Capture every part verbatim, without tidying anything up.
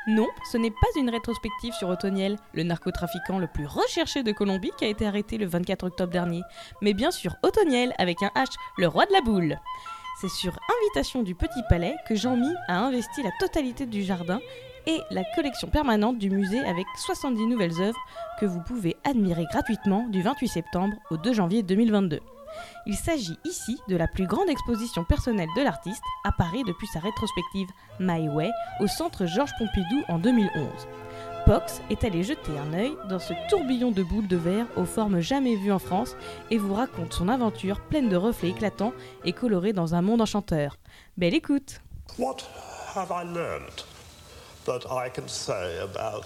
Non, ce n'est pas une rétrospective sur Otoniel, le narcotrafiquant le plus recherché de Colombie qui a été arrêté le vingt-quatre octobre dernier, mais bien sûr Otoniel avec un H, le roi de la boule. C'est sur invitation du Petit Palais que Jean-Mi a investi la totalité du jardin et la collection permanente du musée avec soixante-dix nouvelles œuvres que vous pouvez admirer gratuitement du vingt-huit septembre au deux janvier deux mille vingt-deux. Il s'agit ici de la plus grande exposition personnelle de l'artiste à Paris depuis sa rétrospective My Way au centre Georges Pompidou en deux mille onze. Pox est allé jeter un œil dans ce tourbillon de boules de verre aux formes jamais vues en France et vous raconte son aventure pleine de reflets éclatants et colorés dans un monde enchanteur. Belle écoute! What have I learned that I can say about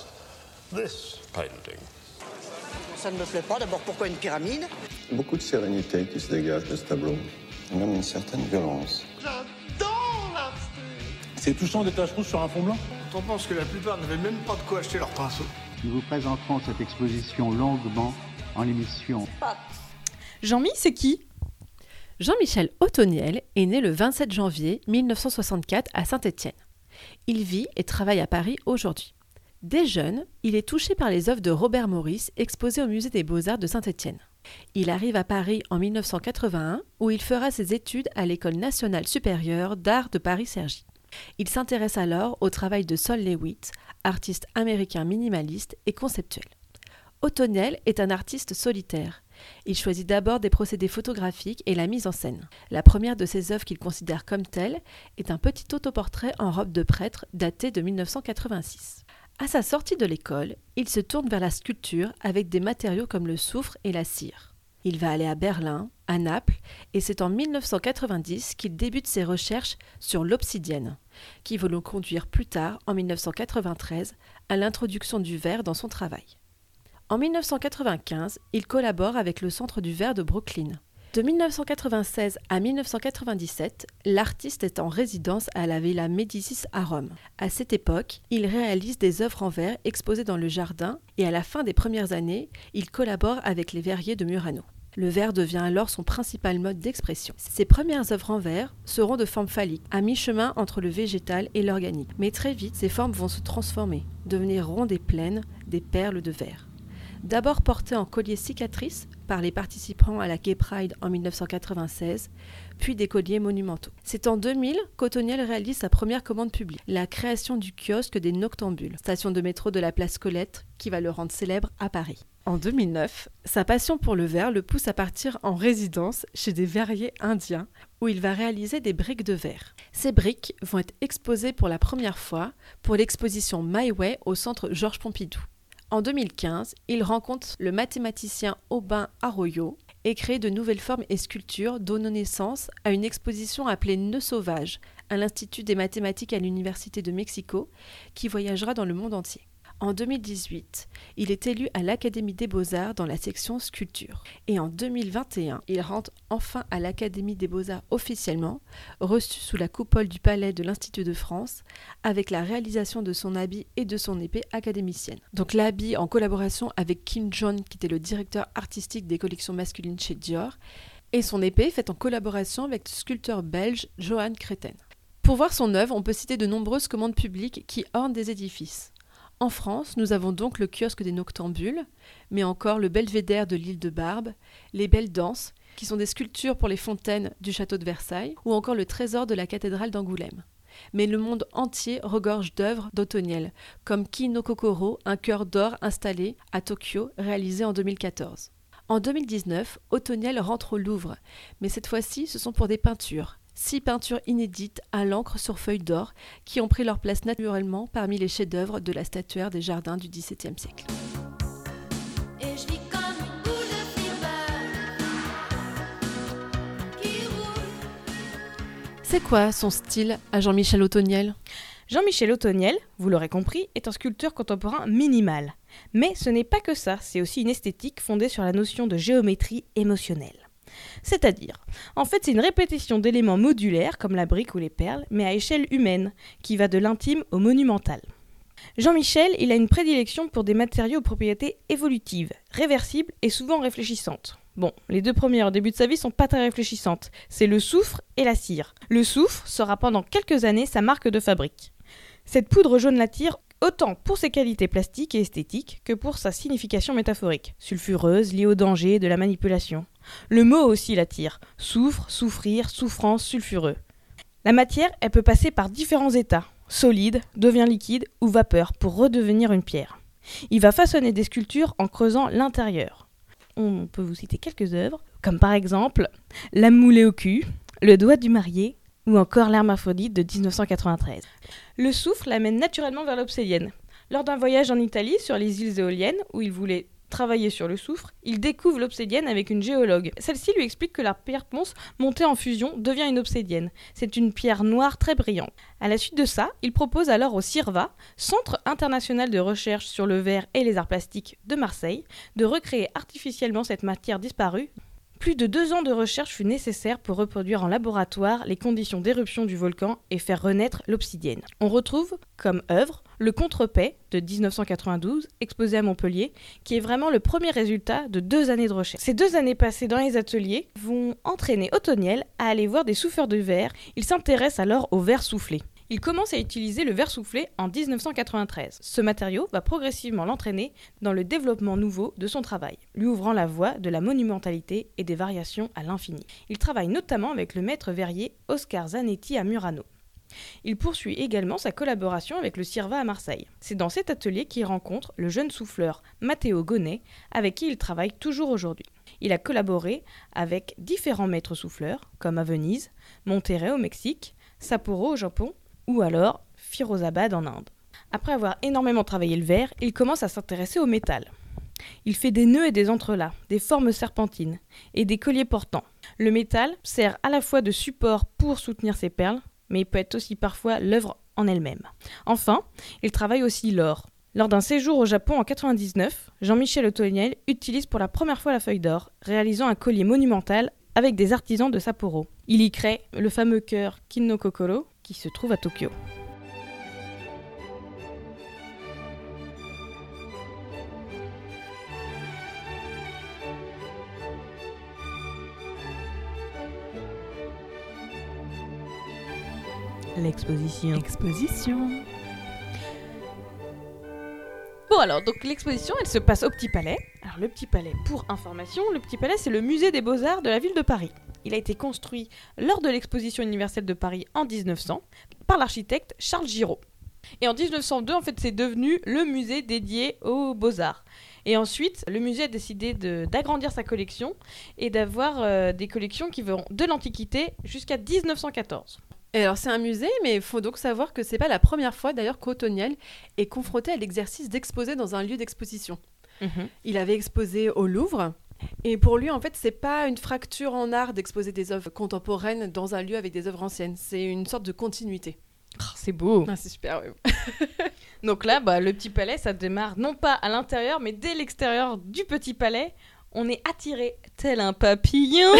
this painting? Ça ne me plaît pas. D'abord, pourquoi une pyramide? Beaucoup de sérénité qui se dégage de ce tableau, et même une certaine violence. J'adore l'abstrait. C'est touchant des taches rouges sur un fond blanc. On pense que la plupart n'avaient même pas de quoi acheter leur pinceau. Nous vous présenterons cette exposition longuement en l'émission. Jean-Mi, c'est qui? Jean-Michel Otoniel est né le vingt-sept janvier mille neuf cent soixante-quatre à Saint-Étienne. Il vit et travaille à Paris aujourd'hui. Dès jeune, il est touché par les œuvres de Robert Morris exposées au Musée des Beaux-Arts de Saint-Étienne. Il arrive à Paris en mille neuf cent quatre-vingt-un où il fera ses études à l'École nationale supérieure d'art de Paris-Cergy. Il s'intéresse alors au travail de Sol Lewitt, artiste américain minimaliste et conceptuel. Otoniel est un artiste solitaire. Il choisit d'abord des procédés photographiques et la mise en scène. La première de ses œuvres qu'il considère comme telle est un petit autoportrait en robe de prêtre daté de mille neuf cent quatre-vingt-six. À sa sortie de l'école, il se tourne vers la sculpture avec des matériaux comme le soufre et la cire. Il va aller à Berlin, à Naples, et c'est en mille neuf cent quatre-vingt-dix qu'il débute ses recherches sur l'obsidienne, qui vont le conduire plus tard, en mille neuf cent quatre-vingt-treize, à l'introduction du verre dans son travail. En mille neuf cent quatre-vingt-quinze, il collabore avec le Centre du verre de Brooklyn. De mille neuf cent quatre-vingt-seize à mille neuf cent quatre-vingt-dix-sept, l'artiste est en résidence à la Villa Médicis à Rome. À cette époque, il réalise des œuvres en verre exposées dans le jardin et à la fin des premières années, il collabore avec les verriers de Murano. Le verre devient alors son principal mode d'expression. Ses premières œuvres en verre seront de forme phallique, à mi-chemin entre le végétal et l'organique. Mais très vite, ces formes vont se transformer, devenir rondes et pleines, des perles de verre. D'abord portées en collier cicatrice par les participants à la Gay Pride en mille neuf cent quatre-vingt-seize, puis des colliers monumentaux. C'est en deux mille qu'Otoniel réalise sa première commande publique, la création du kiosque des Noctambules, station de métro de la place Colette, qui va le rendre célèbre à Paris. En deux mille neuf, sa passion pour le verre le pousse à partir en résidence chez des verriers indiens, où il va réaliser des briques de verre. Ces briques vont être exposées pour la première fois pour l'exposition My Way au centre Georges Pompidou. En deux mille quinze, il rencontre le mathématicien Aubin Arroyo et crée de nouvelles formes et sculptures donnant naissance à une exposition appelée Nœuds sauvages à l'Institut des mathématiques à l'Université de Mexico qui voyagera dans le monde entier. En deux mille dix-huit, il est élu à l'Académie des Beaux-Arts dans la section sculpture. Et en deux mille vingt et un, il rentre enfin à l'Académie des Beaux-Arts officiellement, reçu sous la coupole du Palais de l'Institut de France, avec la réalisation de son habit et de son épée académicienne. Donc l'habit en collaboration avec Kim John, qui était le directeur artistique des collections masculines chez Dior, et son épée faite en collaboration avec le sculpteur belge Johan Créten. Pour voir son œuvre, on peut citer de nombreuses commandes publiques qui ornent des édifices. En France, nous avons donc le kiosque des Noctambules, mais encore le belvédère de l'île de Barbe, les Belles Danses, qui sont des sculptures pour les fontaines du château de Versailles, ou encore le trésor de la cathédrale d'Angoulême. Mais le monde entier regorge d'œuvres d'Otoniel, comme Ki no Kokoro, un cœur d'or installé à Tokyo, réalisé en deux mille quatorze. En deux mille dix-neuf, Otoniel rentre au Louvre, mais cette fois-ci, ce sont pour des peintures. Six peintures inédites à l'encre sur feuille d'or qui ont pris leur place naturellement parmi les chefs-d'œuvre de la statuaire des jardins du dix-septième siècle. Et je vis comme une boule de fever qui roule. C'est quoi son style à Jean-Michel Otoniel ? Jean-Michel Otoniel, vous l'aurez compris, est un sculpteur contemporain minimal. Mais ce n'est pas que ça, c'est aussi une esthétique fondée sur la notion de géométrie émotionnelle. C'est-à-dire, en fait, c'est une répétition d'éléments modulaires comme la brique ou les perles, mais à échelle humaine, qui va de l'intime au monumental. Jean-Michel, il a une prédilection pour des matériaux aux propriétés évolutives, réversibles et souvent réfléchissantes. Bon, les deux premières au début de sa vie sont pas très réfléchissantes, c'est le soufre et la cire. Le soufre sera pendant quelques années sa marque de fabrique. Cette poudre jaune la tire autant pour ses qualités plastiques et esthétiques que pour sa signification métaphorique, sulfureuse, liée au danger de la manipulation. Le mot aussi l'attire, soufre, souffrir, souffrance, sulfureux. La matière, elle peut passer par différents états, solide, devient liquide ou vapeur pour redevenir une pierre. Il va façonner des sculptures en creusant l'intérieur. On peut vous citer quelques œuvres, comme par exemple La moulée au cul, Le doigt du marié ou encore L'hermaphrodite de dix-neuf cent quatre-vingt-treize. Le soufre l'amène naturellement vers l'obsidienne. Lors d'un voyage en Italie sur les îles éoliennes où il voulait travailler sur le soufre, il découvre l'obsidienne avec une géologue. Celle-ci lui explique que la pierre ponce montée en fusion devient une obsidienne. C'est une pierre noire très brillante. À la suite de ça, il propose alors au CIRVA, Centre international de recherche sur le verre et les arts plastiques de Marseille, de recréer artificiellement cette matière disparue. Plus de deux ans de recherche fut nécessaire pour reproduire en laboratoire les conditions d'éruption du volcan et faire renaître l'obsidienne. On retrouve comme œuvre le Contrepet de dix-neuf cent quatre-vingt-douze, exposé à Montpellier, qui est vraiment le premier résultat de deux années de recherche. Ces deux années passées dans les ateliers vont entraîner Otoniel à aller voir des souffleurs de verre. Il s'intéresse alors au verre soufflé. Il commence à utiliser le verre soufflé en dix-neuf cent quatre-vingt-treize. Ce matériau va progressivement l'entraîner dans le développement nouveau de son travail, lui ouvrant la voie de la monumentalité et des variations à l'infini. Il travaille notamment avec le maître verrier Oscar Zanetti à Murano. Il poursuit également sa collaboration avec le CIRVA à Marseille. C'est dans cet atelier qu'il rencontre le jeune souffleur Matteo Gonnet, avec qui il travaille toujours aujourd'hui. Il a collaboré avec différents maîtres souffleurs, comme à Venise, Monterrey au Mexique, Sapporo au Japon, ou alors Firozabad en Inde. Après avoir énormément travaillé le verre, il commence à s'intéresser au métal. Il fait des nœuds et des entrelacs, des formes serpentines et des colliers portants. Le métal sert à la fois de support pour soutenir ses perles, mais il peut être aussi parfois l'œuvre en elle-même. Enfin, il travaille aussi l'or. Lors d'un séjour au Japon en quatre-vingt-dix-neuf, Jean-Michel Otoniel utilise pour la première fois la feuille d'or, réalisant un collier monumental avec des artisans de Sapporo. Il y crée le fameux cœur Kin no Kokoro, qui se trouve à Tokyo. L'exposition. Exposition. Bon alors, donc l'exposition, elle se passe au Petit Palais. Alors le Petit Palais, pour information, le Petit Palais, c'est le musée des Beaux-Arts de la ville de Paris. Il a été construit lors de l'exposition universelle de Paris en dix-neuf cents par l'architecte Charles Giraud. Et en dix-neuf cent deux, en fait, c'est devenu le musée dédié aux Beaux-Arts. Et ensuite, le musée a décidé de, d'agrandir sa collection et d'avoir euh, des collections qui vont de l'Antiquité jusqu'à dix-neuf cent quatorze. Et alors c'est un musée, mais il faut donc savoir que c'est pas la première fois d'ailleurs qu'Otoniel est confronté à l'exercice d'exposer dans un lieu d'exposition. Mmh. Il avait exposé au Louvre, et pour lui en fait c'est pas une fracture en art d'exposer des œuvres contemporaines dans un lieu avec des œuvres anciennes, c'est une sorte de continuité. Oh, c'est beau. Ah, c'est super, oui. Donc là, bah, le Petit Palais, ça démarre non pas à l'intérieur, mais dès l'extérieur du Petit Palais, on est attiré tel un papillon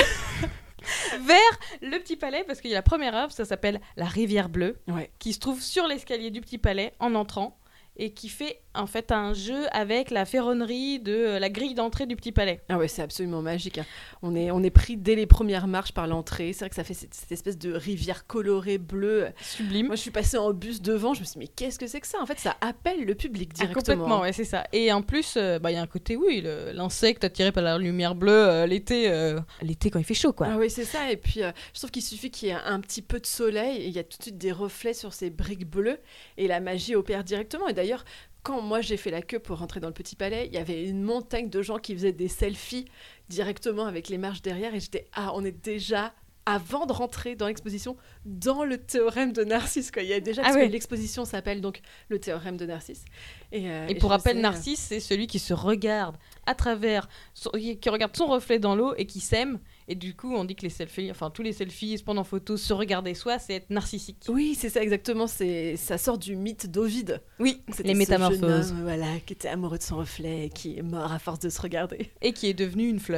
vers le Petit Palais, parce qu'il y a la première œuvre, ça s'appelle La Rivière Bleue, ouais. qui se trouve sur l'escalier du Petit Palais en entrant, et qui fait en fait un jeu avec la ferronnerie de la grille d'entrée du Petit Palais. Ah ouais, c'est absolument magique. Hein. On est, on est pris dès les premières marches par l'entrée. C'est vrai que ça fait cette, cette espèce de rivière colorée bleue. Sublime. Moi, je suis passée en bus devant, je me suis dit, mais qu'est-ce que c'est que ça ? En fait, ça appelle le public directement. Ah, complètement, ouais, c'est ça. Et en plus, il euh, bah, y a un côté, oui, le, l'insecte attiré par la lumière bleue euh, l'été, euh, l'été quand il fait chaud, quoi. Ah oui, c'est ça. Et puis, euh, je trouve qu'il suffit qu'il y ait un petit peu de soleil et il y a tout de suite des reflets sur ces briques bleues et la magie opère directement. Et d'ailleurs, quand moi j'ai fait la queue pour rentrer dans le Petit Palais, il y avait une montagne de gens qui faisaient des selfies directement avec les marches derrière et j'étais ah on est déjà avant de rentrer dans l'exposition dans le théorème de Narcisse quoi. Il y a déjà parce ah ouais. que l'exposition s'appelle donc le théorème de Narcisse. Et, euh, et, et pour rappel, sais, Narcisse c'est celui qui se regarde à travers, son, qui regarde son reflet dans l'eau et qui s'aime. Et du coup, on dit que les selfies, enfin tous les selfies, se prendre en photo, se regarder soi, c'est être narcissique. Oui, c'est ça exactement. C'est ça sort du mythe d'Ovide. Oui, c'était les métamorphoses. Homme, voilà, qui était amoureux de son reflet, et qui est mort à force de se regarder. Et qui est devenu une fleur.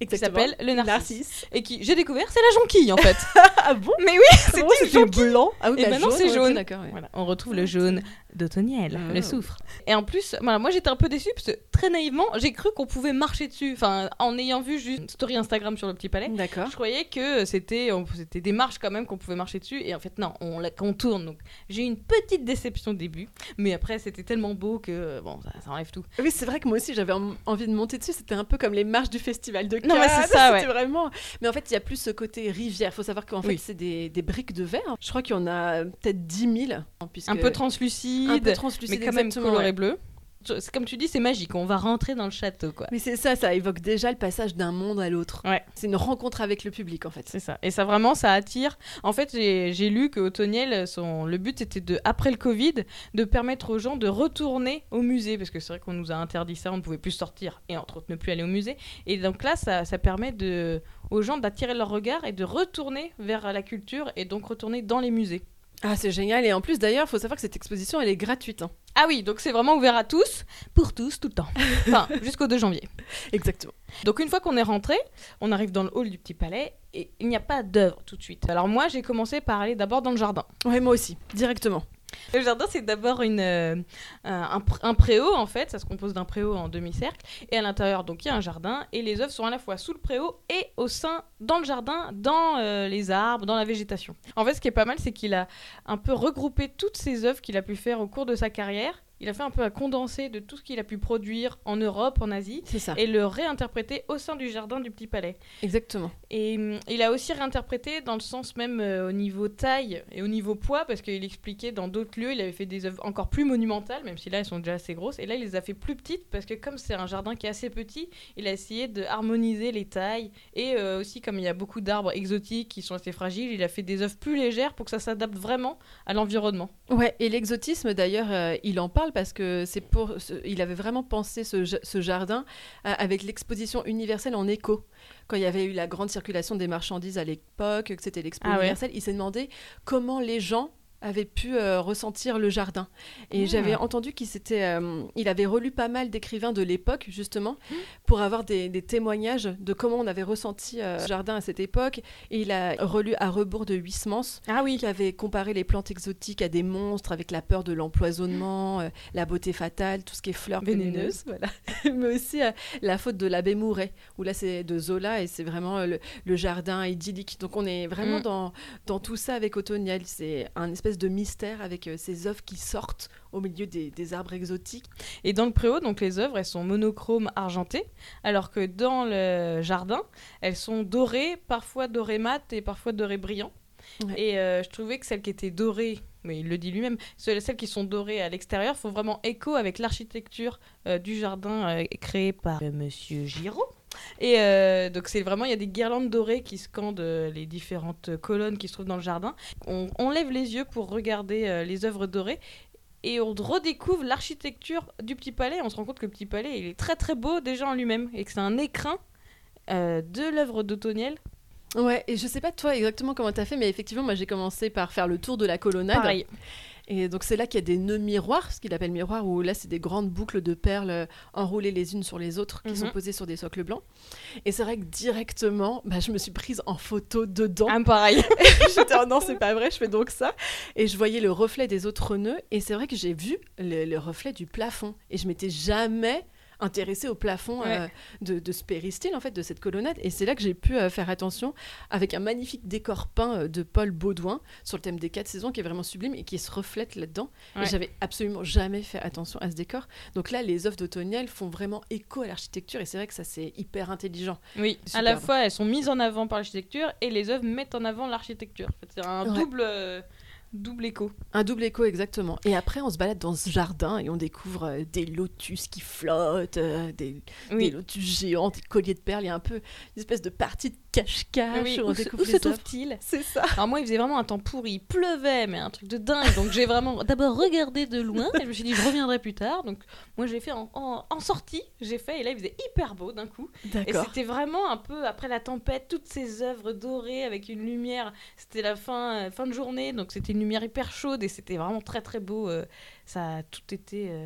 qui s'appelle le Narcisse. Narcisse. Et qui, j'ai découvert, c'est la jonquille en fait. Ah bon? Mais oui, C'était c'était c'était jonquille. blanc. Ah oui, Et bah, maintenant jaune, c'est ouais, jaune. ok, d'accord, ouais. Voilà, on retrouve le jaune d'Otoniel, Ah. le soufre. Et en plus, voilà, moi j'étais un peu déçue parce que très naïvement, j'ai cru qu'on pouvait marcher dessus. Enfin, en ayant vu juste une story Instagram sur le Petit Palais, D'accord. je croyais que c'était, on- c'était des marches quand même qu'on pouvait marcher dessus. Et en fait, non, on la contourne. Donc j'ai eu une petite déception au début. Mais après, c'était tellement beau que bon, ça, ça enlève tout. Oui, c'est vrai que moi aussi j'avais en- envie de monter dessus. C'était un peu comme les marches du festival de Cannes. Non, mais c'est ça, ouais. C'était vraiment. Mais en fait, il y a plus ce côté rivière. Il faut savoir qu'en fait, Oui. c'est des, des briques de verre. Je crois qu'il y en a peut-être dix mille. Puisque... Un peu translucide, Un peu translucide, mais quand même exactement, coloré ouais. bleu. C'est comme tu dis, c'est magique. On va rentrer dans le château, quoi. Mais c'est ça, ça évoque déjà le passage d'un monde à l'autre. Ouais. C'est une rencontre avec le public en fait. C'est ça. Et ça vraiment, ça attire. En fait, j'ai j'ai lu que Otoniel, son le but c'était de, après le Covid, de permettre aux gens de retourner au musée, parce que c'est vrai qu'on nous a interdit ça, on ne pouvait plus sortir et entre autres ne plus aller au musée. Et donc là, ça, ça permet de, aux gens d'attirer leur regard et de retourner vers la culture et donc retourner dans les musées. Ah, c'est génial. Et en plus, d'ailleurs, il faut savoir que cette exposition, elle est gratuite. hein. Ah oui, donc c'est vraiment ouvert à tous, pour tous, tout le temps. Enfin, jusqu'au deux janvier. Exactement. Donc une fois qu'on est rentré, on arrive dans le hall du Petit Palais et il n'y a pas d'œuvre tout de suite. Alors moi, j'ai commencé par aller d'abord dans le jardin. Ouais, moi aussi, directement. Le jardin, c'est d'abord une, euh, un, un pr- un préau, en fait. Ça se compose d'un préau en demi-cercle. Et à l'intérieur, donc, il y a un jardin. Et les œuvres sont à la fois sous le préau et au sein, dans le jardin, dans euh, les arbres, dans la végétation. En fait, ce qui est pas mal, c'est qu'il a un peu regroupé toutes ces œuvres qu'il a pu faire au cours de sa carrière. Il a fait un peu un condensé de tout ce qu'il a pu produire en Europe, en Asie, C'est ça. et le réinterpréter au sein du jardin du Petit Palais. Exactement. Et hum, il a aussi réinterprété dans le sens même euh, au niveau taille et au niveau poids, parce qu'il expliquait dans d'autres lieux, il avait fait des œuvres encore plus monumentales, même si là elles sont déjà assez grosses, et là il les a fait plus petites, parce que comme c'est un jardin qui est assez petit, il a essayé de harmoniser les tailles, et euh, aussi comme il y a beaucoup d'arbres exotiques qui sont assez fragiles, il a fait des œuvres plus légères pour que ça s'adapte vraiment à l'environnement. Ouais, et l'exotisme d'ailleurs, euh, il en parle parce que c'est pour, ce- il avait vraiment pensé ce, ja- ce jardin euh, avec l'exposition universelle en éco. Quand il y avait eu la grande circulation des marchandises à l'époque, que c'était l'expo Ah ouais. universelle, il s'est demandé comment les gens avaient pu euh, ressentir le jardin. Et Ah. j'avais entendu qu'il s'était, euh, il avait relu pas mal d'écrivains de l'époque justement pour avoir des, des témoignages de comment on avait ressenti euh, ce jardin à cette époque. Et il a relu À rebours de Huysmans, Ah oui, qui avait comparé les plantes exotiques à des monstres avec la peur de l'empoisonnement, euh, la beauté fatale, tout ce qui est fleurs Vénéneuses. vénéneuses, voilà. Mais aussi euh, la faute de l'abbé Mouret, où là c'est de Zola et c'est vraiment euh, le, le jardin idyllique. Donc on est vraiment Mm. dans, dans tout ça avec Otoniel. C'est un espèce de mystère avec euh, ces œuvres qui sortent au milieu des, des arbres exotiques. et dans le préau, donc les œuvres, elles sont monochromes argentées, alors que dans le jardin, elles sont dorées, parfois dorées mat et parfois dorées brillant. Ouais. Et euh, je trouvais que celles qui étaient dorées, mais il le dit lui-même, ce- celles qui sont dorées à l'extérieur font vraiment écho avec l'architecture euh, du jardin euh, créée par euh, Monsieur Giraud. Et euh, donc c'est vraiment, il y a des guirlandes dorées qui scandent euh, les différentes colonnes qui se trouvent dans le jardin. On, on lève les yeux pour regarder euh, les œuvres dorées. Et on redécouvre l'architecture du Petit Palais. On se rend compte que le Petit Palais, il est très très beau déjà en lui-même. Et que c'est un écrin euh, de l'œuvre d'Otoniel. Ouais, et je sais pas toi exactement comment t'as fait, mais effectivement, moi j'ai commencé par faire le tour de la colonnade. Pareil. Et donc c'est là qu'il y a des nœuds miroirs, ce qu'il appelle miroir, où là c'est des grandes boucles de perles euh, enroulées les unes sur les autres qui Mhm. sont posées sur des socles blancs. Et c'est vrai que directement, bah, je me suis prise en photo dedans. Ah, pareil. J'étais oh non, c'est pas vrai, je fais donc ça. Et je voyais le reflet des autres nœuds. Et c'est vrai que j'ai vu le, le reflet du plafond. Et je m'étais jamais intéressée au plafond Ouais. euh, de, de ce péristyle, en fait, de cette colonnade. Et c'est là que j'ai pu euh, faire attention avec un magnifique décor peint euh, de Paul Baudouin sur le thème des quatre saisons qui est vraiment sublime et qui se reflète là-dedans. Ouais. Et j'avais absolument jamais fait attention à ce décor. Donc là, les œuvres d'Otoniel font vraiment écho à l'architecture. Et c'est vrai que ça, c'est hyper intelligent. Oui, à Superbe. la fois elles sont mises en avant par l'architecture et les œuvres mettent en avant l'architecture. En fait, c'est un Ouais. double, euh, double écho. Un double écho, exactement. Et après, on se balade dans ce jardin et on découvre euh, des lotus qui flottent, euh, des, des Oui. lotus géants, des colliers de perles. Il y a un peu une espèce de partie de cache-cache Oui, où on où se, découvre où se les œuvres. trouve-t-il C'est ça. Alors moi, il faisait vraiment un temps pourri, il pleuvait, mais un truc de dingue. Donc j'ai vraiment d'abord regardé de loin et je me suis dit je reviendrai plus tard. Donc moi j'ai fait en, en, en sortie, j'ai fait et là il faisait hyper beau d'un coup. Et D'accord. c'était vraiment un peu après la tempête, toutes ces œuvres dorées avec une lumière. C'était la fin, euh, fin de journée, donc c'était une lumière hyper chaude et c'était vraiment très très beau. euh, ça a tout été, euh,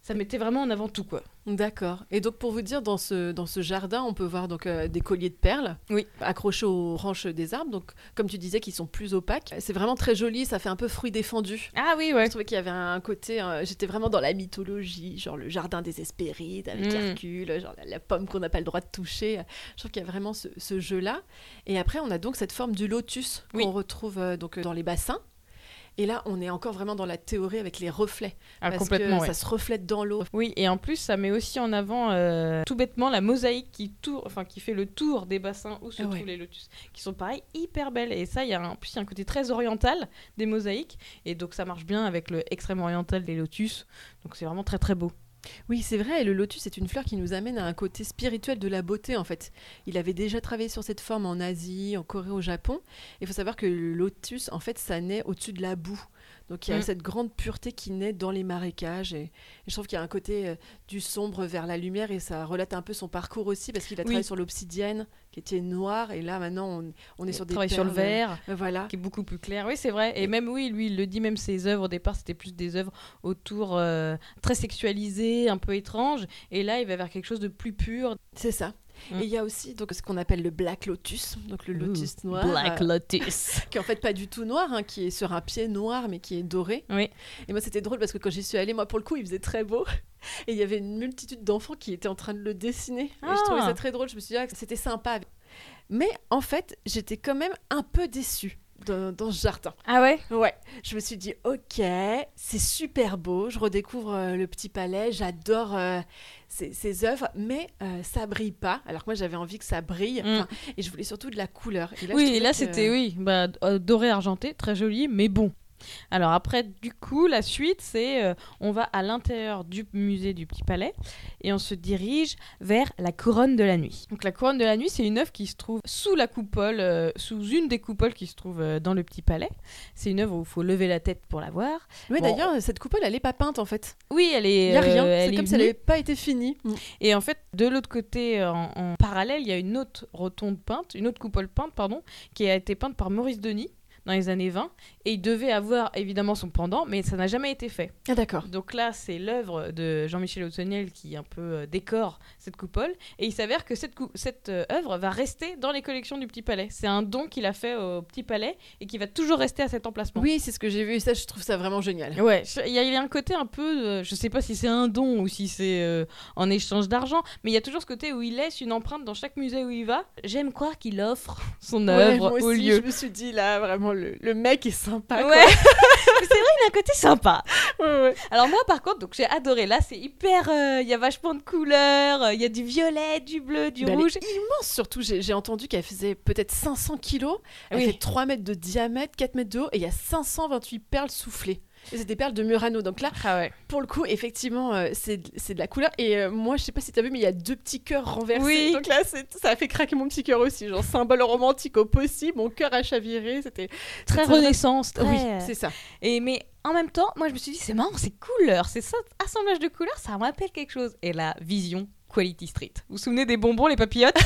ça mettait vraiment en avant tout, quoi. D'accord. Et donc pour vous dire, dans ce, dans ce jardin, on peut voir donc euh, des colliers de perles Oui. accrochés aux branches des arbres, donc comme tu disais, qui sont plus opaques. C'est vraiment très joli, ça fait un peu fruit défendu. Ah oui, ouais. Je trouvais qu'il y avait un côté, euh, j'étais vraiment dans la mythologie, genre le jardin des Hespérides avec Mm. Hercule, genre la, la pomme qu'on n'a pas le droit de toucher. Je trouve qu'il y a vraiment ce, ce jeu-là. Et après, on a donc cette forme du lotus Oui. qu'on retrouve euh, donc dans les bassins. Et là, on est encore vraiment dans la théorie avec les reflets. Ah, parce complètement, que ouais. ça se reflète dans l'eau. Oui, et en plus, ça met aussi en avant euh, tout bêtement la mosaïque qui, tour... enfin, qui fait le tour des bassins où se Ah ouais. trouvent les lotus, qui sont pareil hyper belles. Et ça, il y a un... en plus, il y a un côté très oriental des mosaïques, et donc ça marche bien avec le extrême oriental des lotus. Donc c'est vraiment très très beau. Oui, c'est vrai, et le lotus est une fleur qui nous amène à un côté spirituel de la beauté, en fait. Il avait déjà travaillé sur cette forme en Asie, en Corée, au Japon. Il faut savoir que le lotus, en fait, ça naît au-dessus de la boue. Donc il y a Mm. cette grande pureté qui naît dans les marécages. Et, et je trouve qu'il y a un côté euh, du sombre vers la lumière, et ça relate un peu son parcours aussi, parce qu'il a Oui. travaillé sur l'obsidienne, qui était noire, et là, maintenant, on, on est sur des Travaille sur le perles, verre, euh, voilà. qui est beaucoup plus clair. Oui, c'est vrai. Et même, oui, lui, il le dit, même ses œuvres, au départ, c'était plus des œuvres autour euh, très sexualisées, un peu étranges. Et là, il va vers quelque chose de plus pur. C'est ça. Mm. Et il y a aussi donc, ce qu'on appelle le black lotus, donc le lotus Ouh, noir. Black euh, Lotus. qui est en fait pas du tout noir, hein, qui est sur un pied noir mais qui est doré. Oui. Et moi c'était drôle parce que quand j'y suis allée, moi pour le coup il faisait très beau et il y avait une multitude d'enfants qui étaient en train de le dessiner. Et Ah. je trouvais ça très drôle, je me suis dit ah, que c'était sympa. Mais en fait j'étais quand même un peu déçue dans, dans ce jardin. Ah ouais. Ouais, je me suis dit ok, c'est super beau, je redécouvre euh, le petit palais, j'adore euh, ces, ces œuvres, mais euh, ça brille pas. Alors que moi j'avais envie que ça brille, Mm. enfin, et je voulais surtout de la couleur. Et là, je Oui, trouvais et là que- c'était oui, bah, euh, doré argenté, très joli, mais bon. Alors après, du coup, la suite, c'est euh, on va à l'intérieur du musée du Petit Palais et on se dirige vers la Couronne de la Nuit. Donc la Couronne de la Nuit, c'est une œuvre qui se trouve sous la coupole, euh, sous une des coupoles qui se trouve euh, dans le Petit Palais. C'est une œuvre où il faut lever la tête pour la voir. Oui, Bon. d'ailleurs, cette coupole, elle est pas peinte en fait. Oui, elle est. Il y a euh, rien. elle C'est est comme si elle nue. n'avait pas été finie. Et en fait, de l'autre côté, en, en parallèle, il y a une autre rotonde peinte, une autre coupole peinte, pardon, qui a été peinte par Maurice Denis dans les années vingt. Et il devait avoir évidemment son pendant, mais ça n'a jamais été fait. Ah d'accord. Donc là, c'est l'œuvre de Jean-Michel Autonniel qui un peu euh, décore cette coupole. Et il s'avère que cette, cou- cette euh, œuvre va rester dans les collections du Petit Palais. C'est un don qu'il a fait au Petit Palais et qui va toujours rester à cet emplacement. Oui, c'est ce que j'ai vu et ça, je trouve ça vraiment génial. Ouais, je- il y, a- il y a un côté un peu, euh, je sais pas si c'est un don ou si c'est euh, en échange d'argent, mais il y a toujours ce côté où il laisse une empreinte dans chaque musée où il va. J'aime croire qu'il offre son Ouais, œuvre moi au aussi, lieu. je me suis dit là, vraiment, le, le mec est sympa. quoi. Ouais, mais c'est vrai, il a un côté sympa. Ouais, ouais. Alors moi, par contre, donc j'ai adoré. Là, c'est hyper, euh, il y a vachement de couleurs, euh, il y a du violet, du bleu, du Mais elle rouge. est immense surtout. J'ai j'ai entendu qu'elle faisait peut-être cinq cents kilos. Elle Oui. fait trois mètres de diamètre, quatre mètres de haut et il y a cinq cent vingt-huit perles soufflées. Et c'est des perles de Murano. Donc là, Ah ouais. pour le coup, effectivement, euh, c'est c'est de la couleur. Et euh, moi, je sais pas si t'as vu, mais il y a deux petits cœurs renversés. Oui. Donc là, c'est- ça a fait craquer mon petit cœur aussi. Genre symbole romantique au possible. Mon cœur a chaviré. C'était Très c'était- renaissance, très. Oui, c'est ça. Et mais en même temps, moi je me suis dit c'est marrant, ces couleurs, c'est ça, assemblage de couleurs, ça me rappelle quelque chose. Et la vision Quality Street. Vous vous souvenez des bonbons, les papillotes?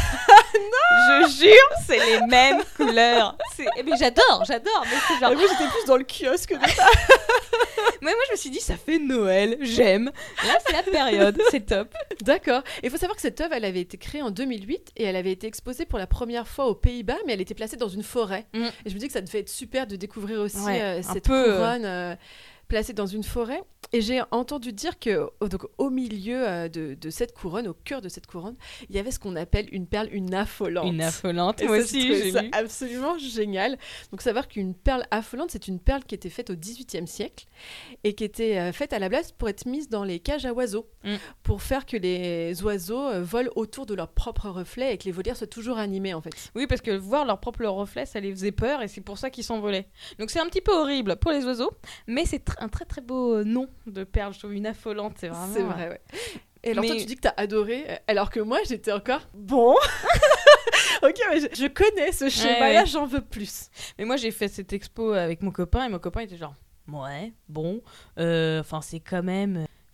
Non. Je jure, c'est les mêmes couleurs. C'est... eh, Mais j'adore, j'adore. Mais c'est genre... Et moi, j'étais plus dans le kiosque de ça. Mais moi je me suis dit ça fait Noël, j'aime. Là c'est la période, c'est top. D'accord. Et il faut savoir que cette œuvre, elle avait été créée en deux mille huit et elle avait été exposée pour la première fois aux Pays-Bas, mais elle était placée dans une forêt. Mm. Et je me dis que ça devait être super de découvrir aussi Ouais, euh, un cette peu, euh, couronne euh, placée dans une forêt. Et j'ai entendu dire que au, donc, au milieu euh, de, de cette couronne, au cœur de cette couronne, il y avait ce qu'on appelle une perle, une affolante. Une affolante, Et moi ça, aussi j'ai trouvé j'ai ça lu. absolument génial. Donc savoir qu'une perle affolante, c'est une perle qui était faite au dix-huitième siècle et qui était euh, faite à la base pour être mise dans les cages à oiseaux, Mm. pour faire que les oiseaux euh, volent autour de leur propre reflet et que les volières soient toujours animées en fait. Oui, parce que voir leur propre reflet, ça les faisait peur et c'est pour ça qu'ils s'envolaient. Donc c'est un petit peu horrible pour les oiseaux, mais c'est tr- un très très beau euh, nom de perle. Je trouve une affolante, c'est vraiment. C'est vrai, ouais. Et alors toi, Mais- tu dis que t'as adoré, euh, alors que moi, j'étais encore bon. Ok, mais je, je connais ce schéma-là, ouais. j'en veux plus. Mais moi j'ai fait cette expo avec mon copain et mon copain était genre ouais, bon, euh, enfin c'est quand même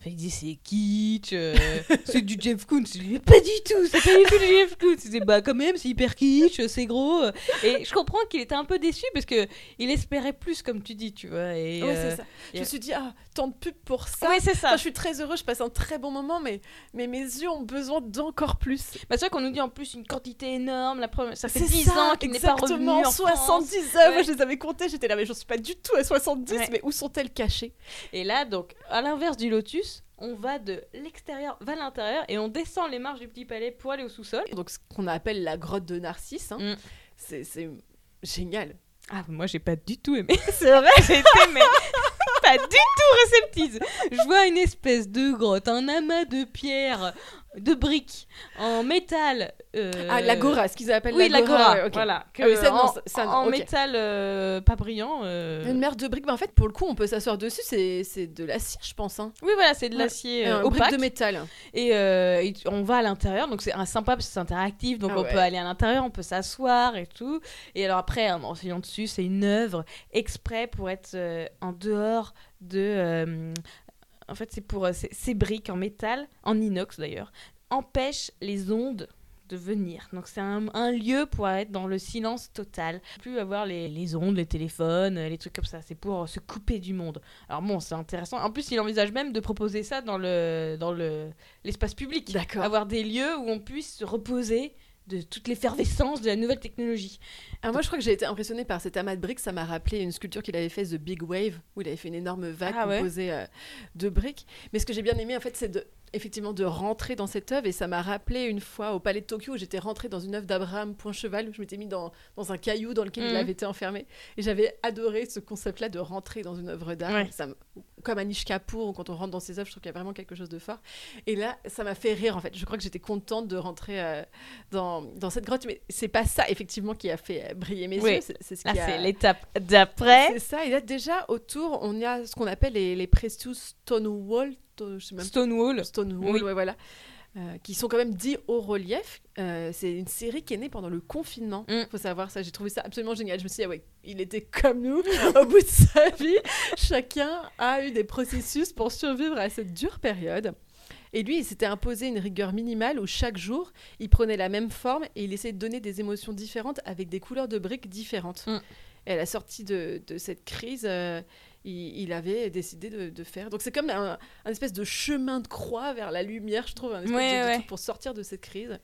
il disait c'est kitsch, euh, c'est du Jeff Koons. Je lui dis pas du tout, c'est pas du tout du Jeff Koons. Il disait bah quand même c'est hyper kitsch, c'est gros. Et je comprends qu'il était un peu déçu parce que il espérait plus comme tu dis, tu vois. Et Oui, euh, c'est ça. Je y a- me suis dit, ah, tant de pub pour ça. Oui, c'est ça. Enfin, je suis très heureuse, je passe un très bon moment, mais, mais mes yeux ont besoin d'encore plus. Bah, c'est vrai qu'on nous dit en plus une quantité énorme. La première... Ça fait C'est dix ça, ans qu'il n'est pas revenu exactement, en soixante-dix France. œuvres, Ouais. je les avais comptées, j'étais là, mais j'en suis pas du tout à soixante-dix, Ouais. mais où sont-elles cachées? Et là, donc, à l'inverse du Lotus, on va de l'extérieur vers l'intérieur et on descend les marches du Petit Palais pour aller au sous-sol. Donc, ce qu'on appelle la grotte de Narcisse, hein, Mm. c'est, c'est génial. Ah, moi, j'ai pas du tout aimé. C'est vrai, j'ai été, mais pas du tout réceptive. Je vois une espèce de grotte, un amas de pierres, de briques, en métal. euh, Ah, l'agora, ce qu'ils appellent Oui, l'agora. l'agora, ouais, ok. voilà. Que, Ah oui, ça, non, en ça- ça, en ok. métal euh, pas brillant. euh, Une mer de briques, mais en fait, pour le coup, on peut s'asseoir dessus, c'est, c'est de l'acier, je pense. Hein. Oui, voilà, c'est de Ouais. l'acier un euh, brique opaque. de métal. Et, euh, et on va à l'intérieur, donc c'est un sympa parce que c'est interactif, donc Ah on ouais. peut aller à l'intérieur, on peut s'asseoir et tout. Et alors après, en enseignant dessus, c'est une œuvre exprès pour être euh, en dehors de... euh, en fait, c'est pour... euh, c'est- ces briques en métal, en inox d'ailleurs, empêchent les ondes de venir. Donc c'est un, un lieu pour être dans le silence total. Plus avoir les, les ondes, les téléphones, euh, les trucs comme ça. C'est pour euh, se couper du monde. Alors bon, c'est intéressant. En plus, il envisage même de proposer ça dans le dans le l'espace public. D'accord. Avoir des lieux où on puisse se reposer de toute l'effervescence de la nouvelle technologie. Alors moi, je crois que j'ai été impressionnée par cet amas de briques. Ça m'a rappelé une sculpture qu'il avait faite, The Big Wave, où il avait fait une énorme vague Ah ouais. composée euh, de briques. Mais ce que j'ai bien aimé, en fait, c'est de, effectivement de rentrer dans cette œuvre. Et ça m'a rappelé une fois au Palais de Tokyo, où j'étais rentrée dans une œuvre d'Abraham Poincheval, où je m'étais mis dans, dans un caillou dans lequel il Mhm. avait été enfermé. Et j'avais adoré ce concept-là de rentrer dans une œuvre d'art. Ouais. Ça m- comme Anish Kapoor, quand on rentre dans ses œuvres, je trouve qu'il y a vraiment quelque chose de fort. Et là, ça m'a fait rire, en fait. Je crois que j'étais contente de rentrer euh, dans, dans cette grotte. Mais c'est pas ça, effectivement, qui a fait euh, briller mes Oui. yeux. C'est, c'est ce Là, qui a... c'est l'étape d'après. C'est ça, et là déjà autour, on a ce qu'on appelle les, les Precious Stonewall, to- je sais même Stonewall. Stonewall, Oui. ouais, voilà, euh, qui sont quand même dits au relief. Euh, c'est une série qui est née pendant le confinement, Mm. faut savoir ça. J'ai trouvé ça absolument génial. Je me suis dit, ah ouais, il était comme nous au bout de sa vie. Chacun a eu des processus pour survivre à cette dure période. Et lui, il s'était imposé une rigueur minimale où chaque jour, il prenait la même forme et il essayait de donner des émotions différentes avec des couleurs de briques différentes. Mm. Et à la sortie de, de cette crise, euh, il, il avait décidé de, de faire. Donc c'est comme un, un espèce de chemin de croix vers la lumière, je trouve, un espèce Ouais, de, de ouais. truc pour sortir de cette crise.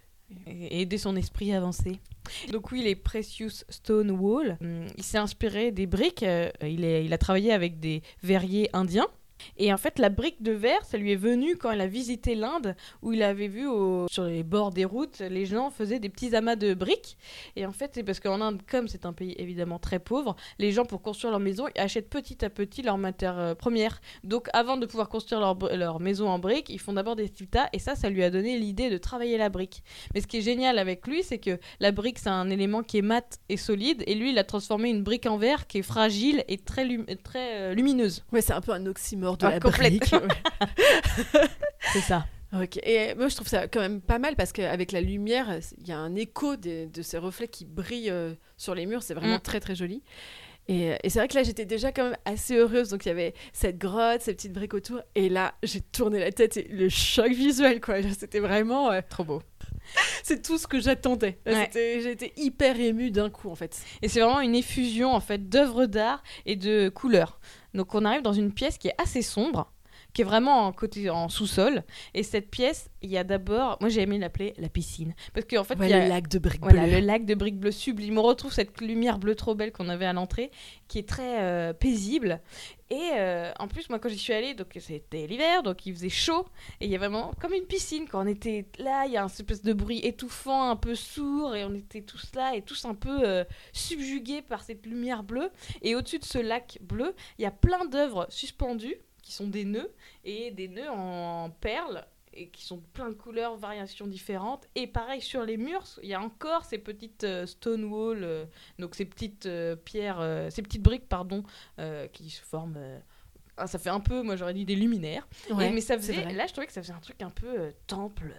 Et aider son esprit à avancer. Donc oui, les Precious Stonewall, hum, il s'est inspiré des briques, euh, il, est, il a travaillé avec des verriers indiens. Et en fait, la brique de verre, ça lui est venu quand il a visité l'Inde, où il avait vu au- sur les bords des routes, les gens faisaient des petits amas de briques. Et en fait, c'est parce qu'en Inde, comme c'est un pays évidemment très pauvre, les gens, pour construire leur maison, ils achètent petit à petit leurs matières euh, premières. Donc avant de pouvoir construire leur, br- leur maison en briques, ils font d'abord des petits tas, et ça, ça lui a donné l'idée de travailler la brique. Mais ce qui est génial avec lui, c'est que la brique, c'est un élément qui est mat et solide, et lui, il a transformé une brique en verre qui est fragile et très, lum- très euh, lumineuse. Ouais, c'est un peu un oxymore de Ah, la complètement. brique. Ouais. C'est ça. Ok. Et moi, je trouve ça quand même pas mal parce qu'avec la lumière, il y a un écho des- de ces reflets qui brillent euh, sur les murs. C'est vraiment Mm. très, très joli. Et, et c'est vrai que là, j'étais déjà quand même assez heureuse. Donc, il y avait cette grotte, ces petites briques autour. Et là, j'ai tourné la tête et le choc visuel, quoi. C'était vraiment... euh, Trop beau. c'est tout ce que j'attendais. Là, Ouais. c'était- J'ai été hyper émue d'un coup, en fait. Et c'est vraiment une effusion en fait d'œuvres d'art et de couleurs. Donc on arrive dans une pièce qui est assez sombre, qui est vraiment en côté en sous-sol. Et cette pièce, il y a d'abord, moi j'ai aimé l'appeler la piscine, parce qu'en fait Ouais, il y a le lac de briques voilà, bleues. le lac de briques bleues sublime. On retrouve cette lumière bleue trop belle qu'on avait à l'entrée, qui est très euh, paisible. Et euh, en plus, moi, quand j'y suis allée, donc c'était l'hiver, donc il faisait chaud, et il y a vraiment comme une piscine. Quand on était là, il y a un espèce de bruit étouffant, un peu sourd, et on était tous là, et tous un peu euh, subjugués par cette lumière bleue. Et au-dessus de ce lac bleu, il y a plein d'œuvres suspendues, qui sont des nœuds, et des nœuds en perles, et qui sont plein de couleurs, variations différentes. Et pareil, sur les murs, il y a encore ces petites euh, stone walls, euh, donc ces petites euh, pierres, euh, ces petites briques, pardon, euh, qui se forment... euh, ah, ça fait un peu, moi j'aurais dit des luminaires. Ouais, Et- mais ça c'est faisait, vrai. là je trouvais que ça faisait un truc un peu euh, temple,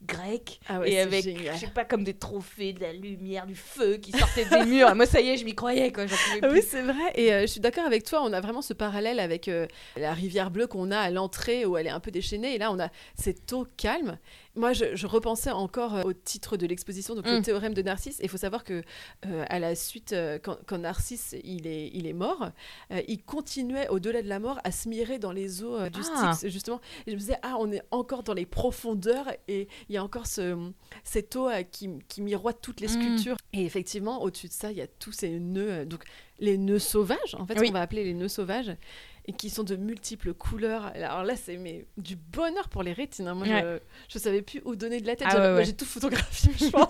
grecque Ah ouais, et c'est avec, génial. je sais pas, comme des trophées, de la lumière, du feu qui sortait des murs. Et moi, ça y est, je m'y croyais, quoi. J'en pouvais Ah plus. oui, c'est vrai. Et euh, je suis d'accord avec toi. On a vraiment ce parallèle avec euh, la rivière bleue qu'on a à l'entrée où elle est un peu déchaînée. Et là, on a cette eau calme. Moi, je, je repensais encore euh, au titre de l'exposition, donc Mm. le théorème de Narcisse. Il faut savoir que euh, à la suite, euh, quand, quand Narcisse il est, il est mort, euh, il continuait au-delà de la mort à se mirer dans les eaux euh, du Ah. Styx, justement. Et je me disais, ah, on est encore dans les profondeurs et il y a encore ce, cette eau euh, qui, qui miroite toutes les Mm. sculptures. Et effectivement, au-dessus de ça, il y a tous ces nœuds, euh, donc les nœuds sauvages, en fait, Oui. ce qu'on va appeler les nœuds sauvages, et qui sont de multiples couleurs. Alors là, c'est mais, du bonheur pour les rétines. hein. Moi, Ouais. je ne savais plus où donner de la tête. Ah J'avais- ouais, moi, ouais. J'ai tout photographié, je pense.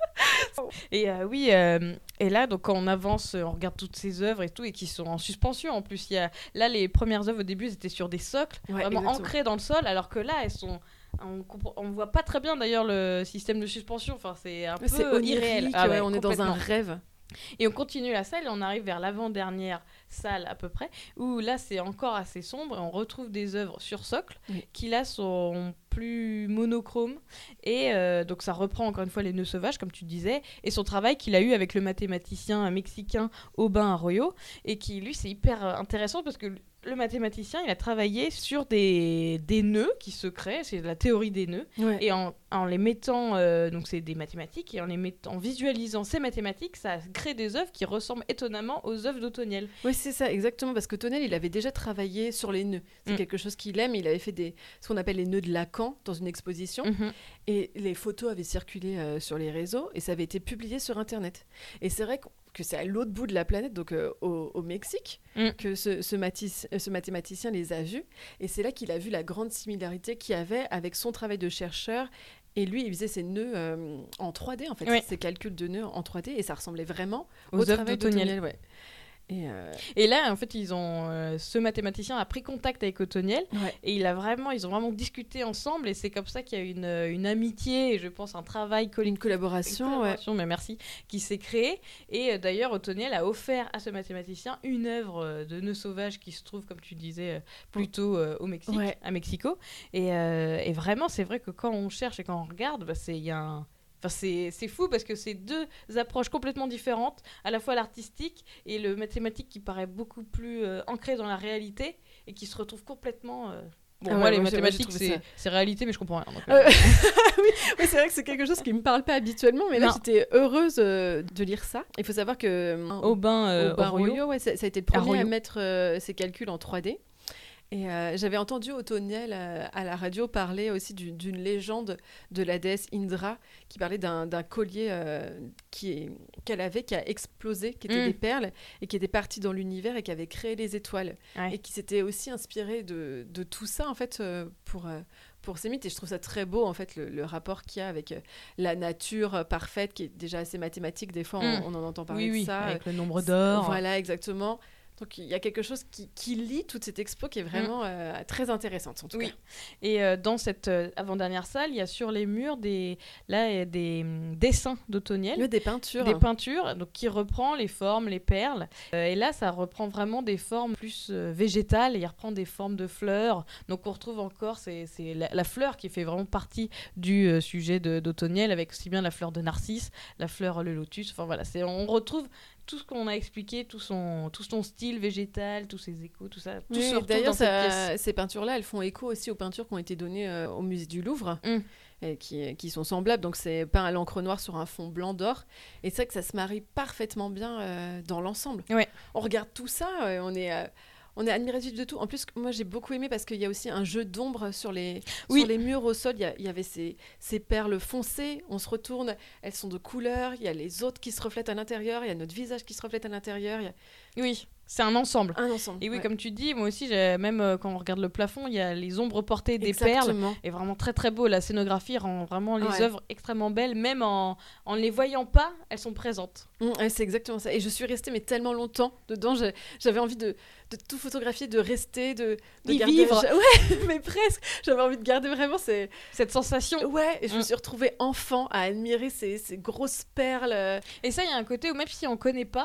Et euh, oui, euh, et là, donc quand on avance, euh, on regarde toutes ces œuvres et tout, et qui sont en suspension en plus. Il y a, là, les premières œuvres au début, elles étaient sur des socles, Ouais, vraiment exactement. ancrées dans le sol, alors que là, elles sont. On, compre- on voit pas très bien d'ailleurs le système de suspension. Enfin, c'est un C'est peu irréel. onirique, Ah ouais, ouais, on est dans un complètement. rêve. Et on continue la salle et on arrive vers l'avant-dernière salle à peu près, où là c'est encore assez sombre et on retrouve des œuvres sur socle Oui. qui là sont plus monochromes et euh, donc ça reprend encore une fois les nœuds sauvages comme tu disais et son travail qu'il a eu avec le mathématicien mexicain Aubin Arroyo et qui lui c'est hyper euh, intéressant parce que le mathématicien il a travaillé sur des, des nœuds qui se créent, c'est la théorie des nœuds Ouais. et en, en les mettant, euh, donc c'est des mathématiques, et en les mettant, en visualisant ces mathématiques, ça crée des œuvres qui ressemblent étonnamment aux œuvres d'Otoniel. Oui, c'est ça, exactement, parce que Tonnel, il avait déjà travaillé sur les nœuds. C'est Mm. quelque chose qu'il aime. Il avait fait des, ce qu'on appelle les nœuds de Lacan dans une exposition. Mhm. Et les photos avaient circulé euh, sur les réseaux et ça avait été publié sur Internet. Et c'est vrai qu- que c'est à l'autre bout de la planète, donc euh, au, au Mexique, Mm. que ce, ce, matis- euh, ce mathématicien les a vus. Et c'est là qu'il a vu la grande similarité qu'il y avait avec son travail de chercheur. Et lui, il faisait ses nœuds euh, en trois D, en fait, Oui. ses calculs de nœuds en trois D. Et ça ressemblait vraiment Aux au œuvres travail d'Otoniel. d'Otoniel. Ouais. Et, euh, Et là, en fait, ils ont, euh, ce mathématicien a pris contact avec Otoniel ouais. et il a vraiment, ils ont vraiment discuté ensemble et c'est comme ça qu'il y a une, euh, une amitié et je pense un travail collectif. Une collaboration, Une ouais. collaboration, mais merci, qui s'est créée. Et euh, d'ailleurs, Otoniel a offert à ce mathématicien une œuvre euh, de nœuds sauvages qui se trouve, comme tu disais, euh, plutôt euh, au Mexique, Ouais. à Mexico. Et, euh, et vraiment, c'est vrai que quand on cherche et quand on regarde, bah, c'est, il y a un... Enfin, c'est, c'est fou parce que c'est deux approches complètement différentes, à la fois l'artistique et le mathématique qui paraît beaucoup plus euh, ancré dans la réalité et qui se retrouve complètement... euh, Bon, Ah moi, ouais, les moi, j'ai- moi, j'ai mathématiques, trouvé c'est, ça. c'est réalité, mais je comprends rien. donc, Euh, euh, oui, oui, c'est vrai que c'est quelque chose qui me parle pas habituellement, mais là Non. j'étais heureuse euh, de lire ça. Il faut savoir que euh, Aubin, euh, Aubin Arroyo. Arroyo, ouais, ça, ça a été le premier Arroyo. à mettre euh, ses calculs en trois D. Et euh, j'avais entendu Otoniel euh, à la radio parler aussi du- d'une légende de la déesse Indra qui parlait d'un d'un collier euh, qui est- qu'elle avait, qui a explosé, qui était Mm. des perles et qui était parti dans l'univers et qui avait créé les étoiles. Ouais. Et qui s'était aussi inspiré de, de tout ça en fait euh, pour, euh, pour ces mythes. Et je trouve ça très beau en fait le, le rapport qu'il y a avec euh, la nature euh, parfaite qui est déjà assez mathématique. Des fois on, Mm. on en entend parler Oui, oui, de ça. avec le nombre d'or. Voilà, exactement. Donc il y a quelque chose qui, qui lie toute cette expo qui est vraiment euh, très intéressante en tout Oui. cas. Et euh, dans cette euh, avant-dernière salle, il y a sur les murs des, là, il y a des hum, dessins d'Otoniel. Il y a des peintures. Des peintures donc, qui reprend les formes, les perles. Euh, et là, ça reprend vraiment des formes plus euh, végétales. Il reprend des formes de fleurs. Donc, on retrouve encore c'est, c'est la, la fleur qui fait vraiment partie du euh, sujet de, d'Otoniel, avec aussi bien la fleur de narcisse, la fleur le lotus. Enfin, voilà, c'est, on retrouve tout ce qu'on a expliqué, tout son, tout son style végétal, tous ses échos, tout ça. Tout Oui, se retrouve d'ailleurs, dans cette ça- pièce. ces peintures-là, elles font écho aussi aux peintures qui ont été données euh, au musée du Louvre, Mm. et qui, qui sont semblables. Donc, c'est peint à l'encre noire sur un fond blanc d'or. Et c'est vrai que ça se marie parfaitement bien euh, dans l'ensemble. Ouais. On regarde tout ça, euh, on est... euh, on est admiratif de tout. En plus, moi, j'ai beaucoup aimé parce qu'il y a aussi un jeu d'ombre sur les, Oui. sur les murs au sol. Il y, a- il y avait ces, ces perles foncées. On se retourne, elles sont de couleur. Il y a les autres qui se reflètent à l'intérieur. Il y a notre visage qui se reflète à l'intérieur. Il y a Oui, c'est un ensemble. un ensemble. Et oui, ouais. comme tu dis, moi aussi, j'ai- même euh, quand on regarde le plafond, il y a les ombres portées des perles. Exactement. Et vraiment très très beau. La scénographie rend vraiment les Ouais. œuvres extrêmement belles. Même en en les voyant pas, elles sont présentes. Mm, ouais, c'est exactement ça. Et je suis restée mais tellement longtemps dedans. j'ai- J'avais envie de, de tout photographier, de rester, de, de D'y garder- vivre. Ouais, mais presque. J'avais envie de garder vraiment ces. Cette sensation. Ouais, et je me Mm. suis retrouvée enfant à admirer ces, ces grosses perles. euh, Et ça, il y a un côté où même si on connaît pas,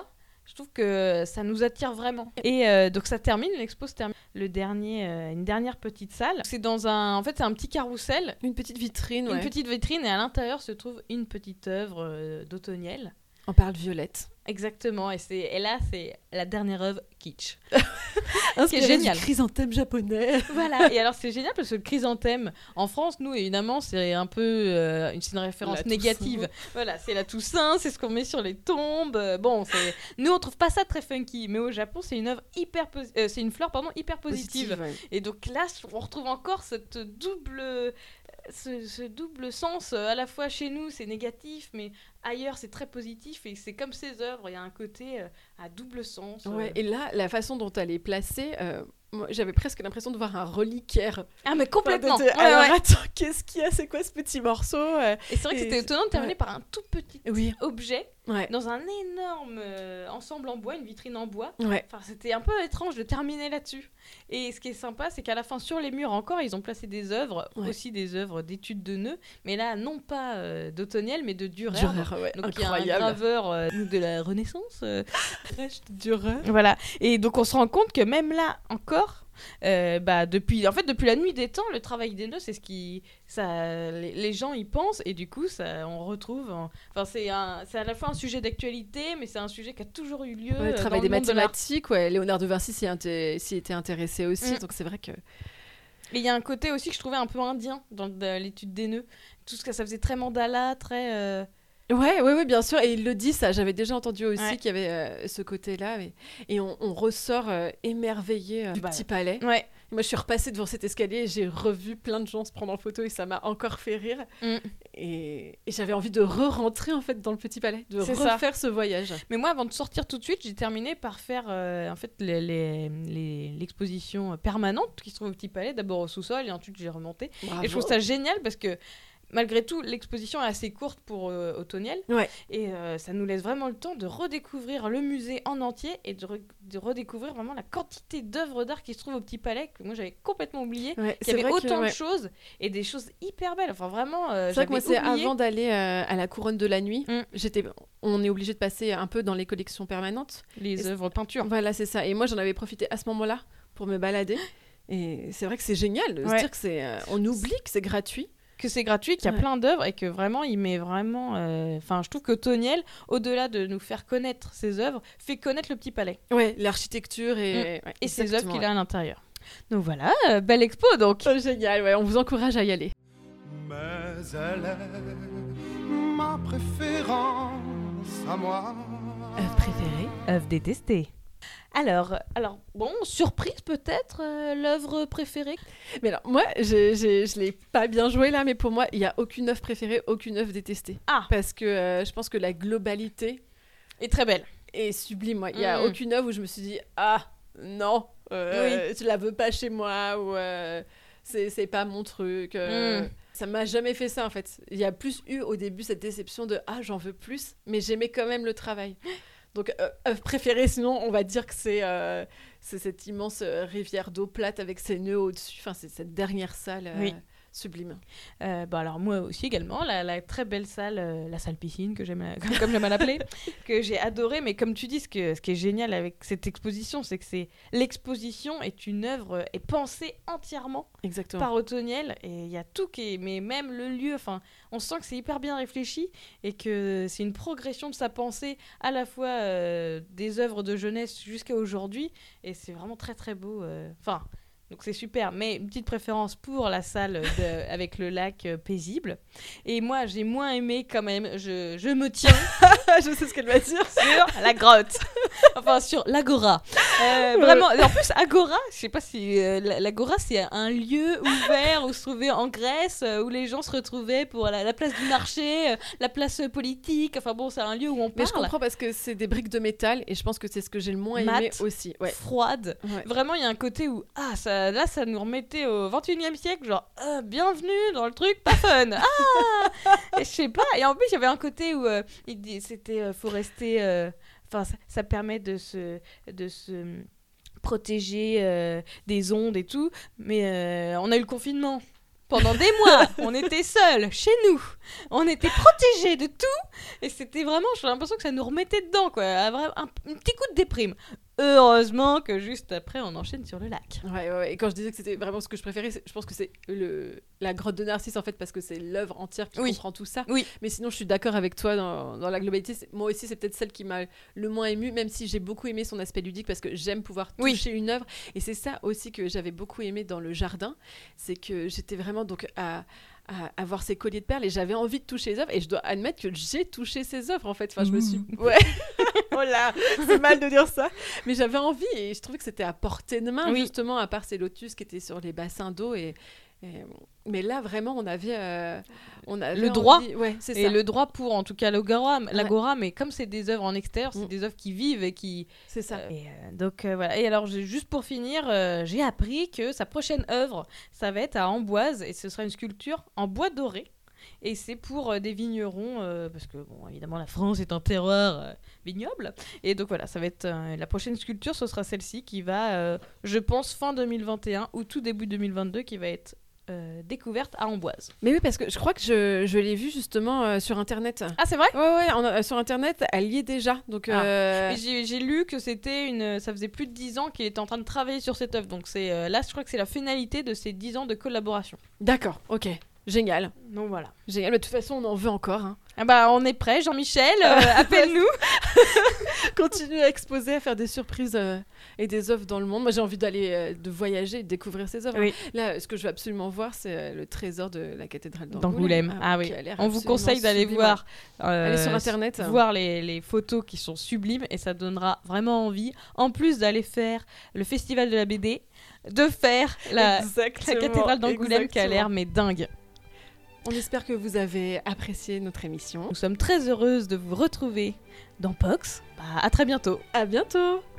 Je trouve que ça nous attire vraiment. Et euh, donc ça termine, l'expo se termine. Le dernier, euh, une dernière petite salle. C'est dans un, en fait, c'est un petit carrousel. Une petite vitrine, Une ouais. petite vitrine et à l'intérieur se trouve une petite œuvre euh, d'Otoniel. On parle violette. Exactement. Et, c'est, et là, c'est la dernière œuvre kitsch. Inspirée génial. du chrysanthème japonais. Voilà. Et alors, c'est génial parce que le chrysanthème, en France, nous, évidemment, c'est un peu euh, une, c'est une référence La négative. Toussaint. Voilà, c'est la Toussaint, c'est ce qu'on met sur les tombes. Euh, Bon, c'est... nous, on trouve pas ça très funky. Mais au Japon, c'est une œuvre hyper... posi- euh, c'est une fleur, pardon, hyper positive. Ouais. Et donc là, on retrouve encore cette double... Ce, ce double sens, euh, à la fois chez nous c'est négatif, mais ailleurs c'est très positif, et c'est comme ces œuvres, il y a un côté euh, à double sens. euh. Ouais, et là, la façon dont elle est placée, euh, moi, j'avais presque l'impression de voir un reliquaire. Ah mais complètement. Enfin, de- de- Ouais, alors ouais. attends, qu'est-ce qu'il y a? C'est quoi ce petit morceau euh, Et c'est vrai que et- c'était étonnant de terminer ouais. par un tout petit Oui. objet Ouais. dans un énorme euh, ensemble en bois, une vitrine en bois. Ouais. Enfin, c'était un peu étrange de terminer là-dessus. Et ce qui est sympa, c'est qu'à la fin, sur les murs encore, ils ont placé des œuvres, Ouais. aussi des œuvres d'études de nœuds, mais là, non pas euh, d'Otoniel, mais de Dürer. Dürer, ouais, Donc il y a un incroyable. graveur euh, de la Renaissance. euh, Dürer. Voilà. Et donc on se rend compte que même là encore, euh, bah depuis, en fait depuis la nuit des temps, le travail des nœuds, c'est ce qui, ça, les, les gens y pensent, et du coup ça, on retrouve. en- Enfin c'est un, c'est à la fois un sujet d'actualité, mais c'est un sujet qui a toujours eu lieu. Ouais, euh, le travail dans des le monde de l'art. mathématiques, ouais. Léonard de Vinci s'y, inté- s'y était intéressé aussi, Mm. donc c'est vrai que... Et il y a un côté aussi que je trouvais un peu indien dans le- l'étude des nœuds. Tout ce que ça faisait très mandala, très. euh, Ouais, ouais, ouais, bien sûr, et il le dit, ça, j'avais déjà entendu aussi Ouais. qu'il y avait euh, ce côté-là, mais- et on, on ressort euh, émerveillé euh, du Bah, petit palais. Ouais. Moi, je suis repassée devant cet escalier et j'ai revu plein de gens se prendre en photo et ça m'a encore fait rire. Mm. Et, et j'avais envie de re-rentrer en fait dans le petit palais, de C'est ça. refaire ce voyage. Mais moi, avant de sortir tout de suite, j'ai terminé par faire euh, en fait les, les- les- l'exposition permanente qui se trouve au Petit Palais, d'abord au sous-sol et ensuite j'ai remonté. Bravo. Et je trouve ça génial parce que malgré tout, l'exposition est assez courte pour euh, Otoniel. Ouais. Et euh, ça nous laisse vraiment le temps de redécouvrir le musée en entier et de, re- de redécouvrir vraiment la quantité d'œuvres d'art qui se trouvent au Petit Palais que moi j'avais complètement oublié. Ouais, Il y c'est avait vrai que, autant ouais. de choses et des choses hyper belles. Enfin vraiment, euh, C'est vrai que moi, j'avais c'est oublié. avant d'aller euh, à la couronne de la nuit. Mm. J'étais, on est obligé de passer un peu dans les collections permanentes. Les Et- œuvres peinture. Voilà, c'est ça. Et moi, j'en avais profité à ce moment-là pour me balader. Et c'est vrai que c'est génial de se Ouais. dire que c'est, euh, on oublie que c'est gratuit. Que c'est gratuit, qu'il y a Ouais. plein d'œuvres et que vraiment il met vraiment. Enfin, je trouve que Otoniel, au-delà de nous faire connaître ses œuvres, fait connaître le Petit Palais Ouais, l'architecture et, ouais, Mm. et ses œuvres exactement, qu'il a à l'intérieur. Donc voilà, euh, belle expo donc. ouais. Oh, génial, ouais, on vous encourage à y aller. Mais elle est ma préférence à moi. Œuvre préférée? Œuvre détestée. Alors, alors bon, surprise peut-être, euh, l'œuvre préférée. Mais alors, moi, j'ai, j'ai, je l'ai pas bien joué là, mais pour moi, il y a aucune œuvre préférée, aucune œuvre détestée. Ah. Parce que euh, je pense que la globalité Est très belle. est sublime. moi. Il y a Mm. aucune œuvre où je me suis dit ah non, euh, tu la veux pas chez moi ou euh, c'est, c'est pas mon truc. euh. Mm. Ça m'a jamais fait ça en fait. Il y a plus eu au début cette déception de ah j'en veux plus, mais j'aimais quand même le travail. Donc euh, œuvre préférée, sinon on va dire que c'est euh, c'est cette immense euh, rivière d'eau plate avec ses nœuds au-dessus. Enfin c'est cette dernière salle euh, Oui. sublime. Euh, bah alors moi aussi également, la, la très belle salle, euh, la salle piscine que j'aime, comme, comme j'aime à l'appeler, que j'ai adoré. Mais comme tu dis, ce, que, ce qui est génial avec cette exposition, c'est que c'est l'exposition est une œuvre euh, est pensée entièrement Exactement. par Otoniel et il y a tout qui est, mais même le lieu, enfin, on sent que c'est hyper bien réfléchi et que c'est une progression de sa pensée à la fois euh, des œuvres de jeunesse jusqu'à aujourd'hui et c'est vraiment très très beau. Enfin. Donc c'est super, mais une petite préférence pour la salle de- avec le lac euh, paisible. Et moi, j'ai moins aimé quand même, je, je me tiens je sais ce qu'elle va dire. sur la grotte. Enfin, sur l'Agora. Euh, vraiment, et en plus, Agora, je sais pas si... euh, la- L'Agora, c'est un lieu ouvert où se trouvait en Grèce, euh, où les gens se retrouvaient pour la, la place du marché, euh, la place politique. Enfin bon, c'est un lieu où on Mais je parle. comprends parce que c'est des briques de métal et je pense que c'est ce que j'ai le moins aimé Mat, aussi. Ouais. froide. Ouais. Vraiment, il y a un côté où, ah, ça, là, ça nous remettait au vingt et unième siècle, genre, ah, bienvenue dans le truc, pas fun. Ah et je sais pas. Et en plus, il y avait un côté où euh, il dit, c'était, euh, faut rester. Enfin, ça, ça permet de se, de se protéger euh, des ondes et tout. Mais euh, on a eu le confinement pendant des mois, on était seuls, chez nous, on était protégés de tout, et c'était vraiment, j'ai l'impression que ça nous remettait dedans, quoi, un, un, un petit coup de déprime. Heureusement que juste après, on enchaîne sur le lac. Ouais, ouais, ouais. Et quand je disais que c'était vraiment ce que je préférais, c'est- je pense que c'est le... la grotte de Narcisse, en fait, parce que c'est l'œuvre entière qui Oui. comprend tout ça. Oui. Mais sinon, je suis d'accord avec toi dans, dans la globalité. C'est- Moi aussi, c'est peut-être celle qui m'a le moins émue, même si j'ai beaucoup aimé son aspect ludique, parce que j'aime pouvoir Oui. toucher une œuvre. Et c'est ça aussi que j'avais beaucoup aimé dans le jardin, c'est que j'étais vraiment donc à... à avoir ces colliers de perles et j'avais envie de toucher les œuvres et je dois admettre que j'ai touché ces œuvres en fait. Enfin, je me suis... Ouais. Oh là, c'est mal de dire ça. Mais j'avais envie et je trouvais que c'était à portée de main Oui. justement, à part ces lotus qui étaient sur les bassins d'eau. Et, et- Mais là, vraiment, on avait... euh, on avait Le droit. envie- Ouais, c'est Et ça. le droit pour, en tout cas, l'agora, l'agora, mais comme c'est des œuvres en extérieur, c'est Mm. des œuvres qui vivent et qui... C'est ça. Euh, et, euh, donc euh, voilà. Et alors, j'ai- juste pour finir, euh, j'ai appris que sa prochaine œuvre, ça va être à Amboise et ce sera une sculpture en bois doré. Et c'est pour euh, des vignerons, euh, parce que, bon, évidemment, la France est un terroir euh, vignoble. Et donc voilà, ça va être euh, la prochaine sculpture, ce sera celle-ci qui va, euh, je pense, fin deux mille vingt et un ou tout début deux mille vingt-deux, qui va être euh, découverte à Amboise. Mais oui, parce que je crois que je, je l'ai vue justement euh, sur Internet. Ah, c'est vrai? Ouais, ouais, en- euh, sur Internet, elle y est déjà. Donc, Ah. euh, Et J'ai j'ai lu que c'était une, ça faisait plus de dix ans qu'il était en train de travailler sur cette œuvre. Donc c'est euh, là, je crois que c'est la finalité de ces dix ans de collaboration. D'accord, ok. Génial. Donc voilà. Génial. Mais de toute façon, on en veut encore. Hein. Ah bah on est prêt, Jean-Michel, euh, appelle-nous. Continuer à exposer, à faire des surprises euh, et des œuvres dans le monde. Moi, j'ai envie d'aller, euh, de voyager et de découvrir ces œuvres. Oui. Là, ce que je veux absolument voir, c'est euh, le trésor de la cathédrale d'Angoulême. D'Angoulême. Ah, oui. qui a l'air On vous absolument conseille d'aller sublime. voir, euh, Allez sur Internet. voir les, les photos qui sont sublimes et ça donnera vraiment envie. En plus d'aller faire le festival de la B D, de faire la, la Exactement, cathédrale d'Angoulême qui a l'air exactement. mais dingue. On espère que vous avez apprécié notre émission. Nous sommes très heureuses de vous retrouver dans Pox. Bah, à très bientôt. À bientôt.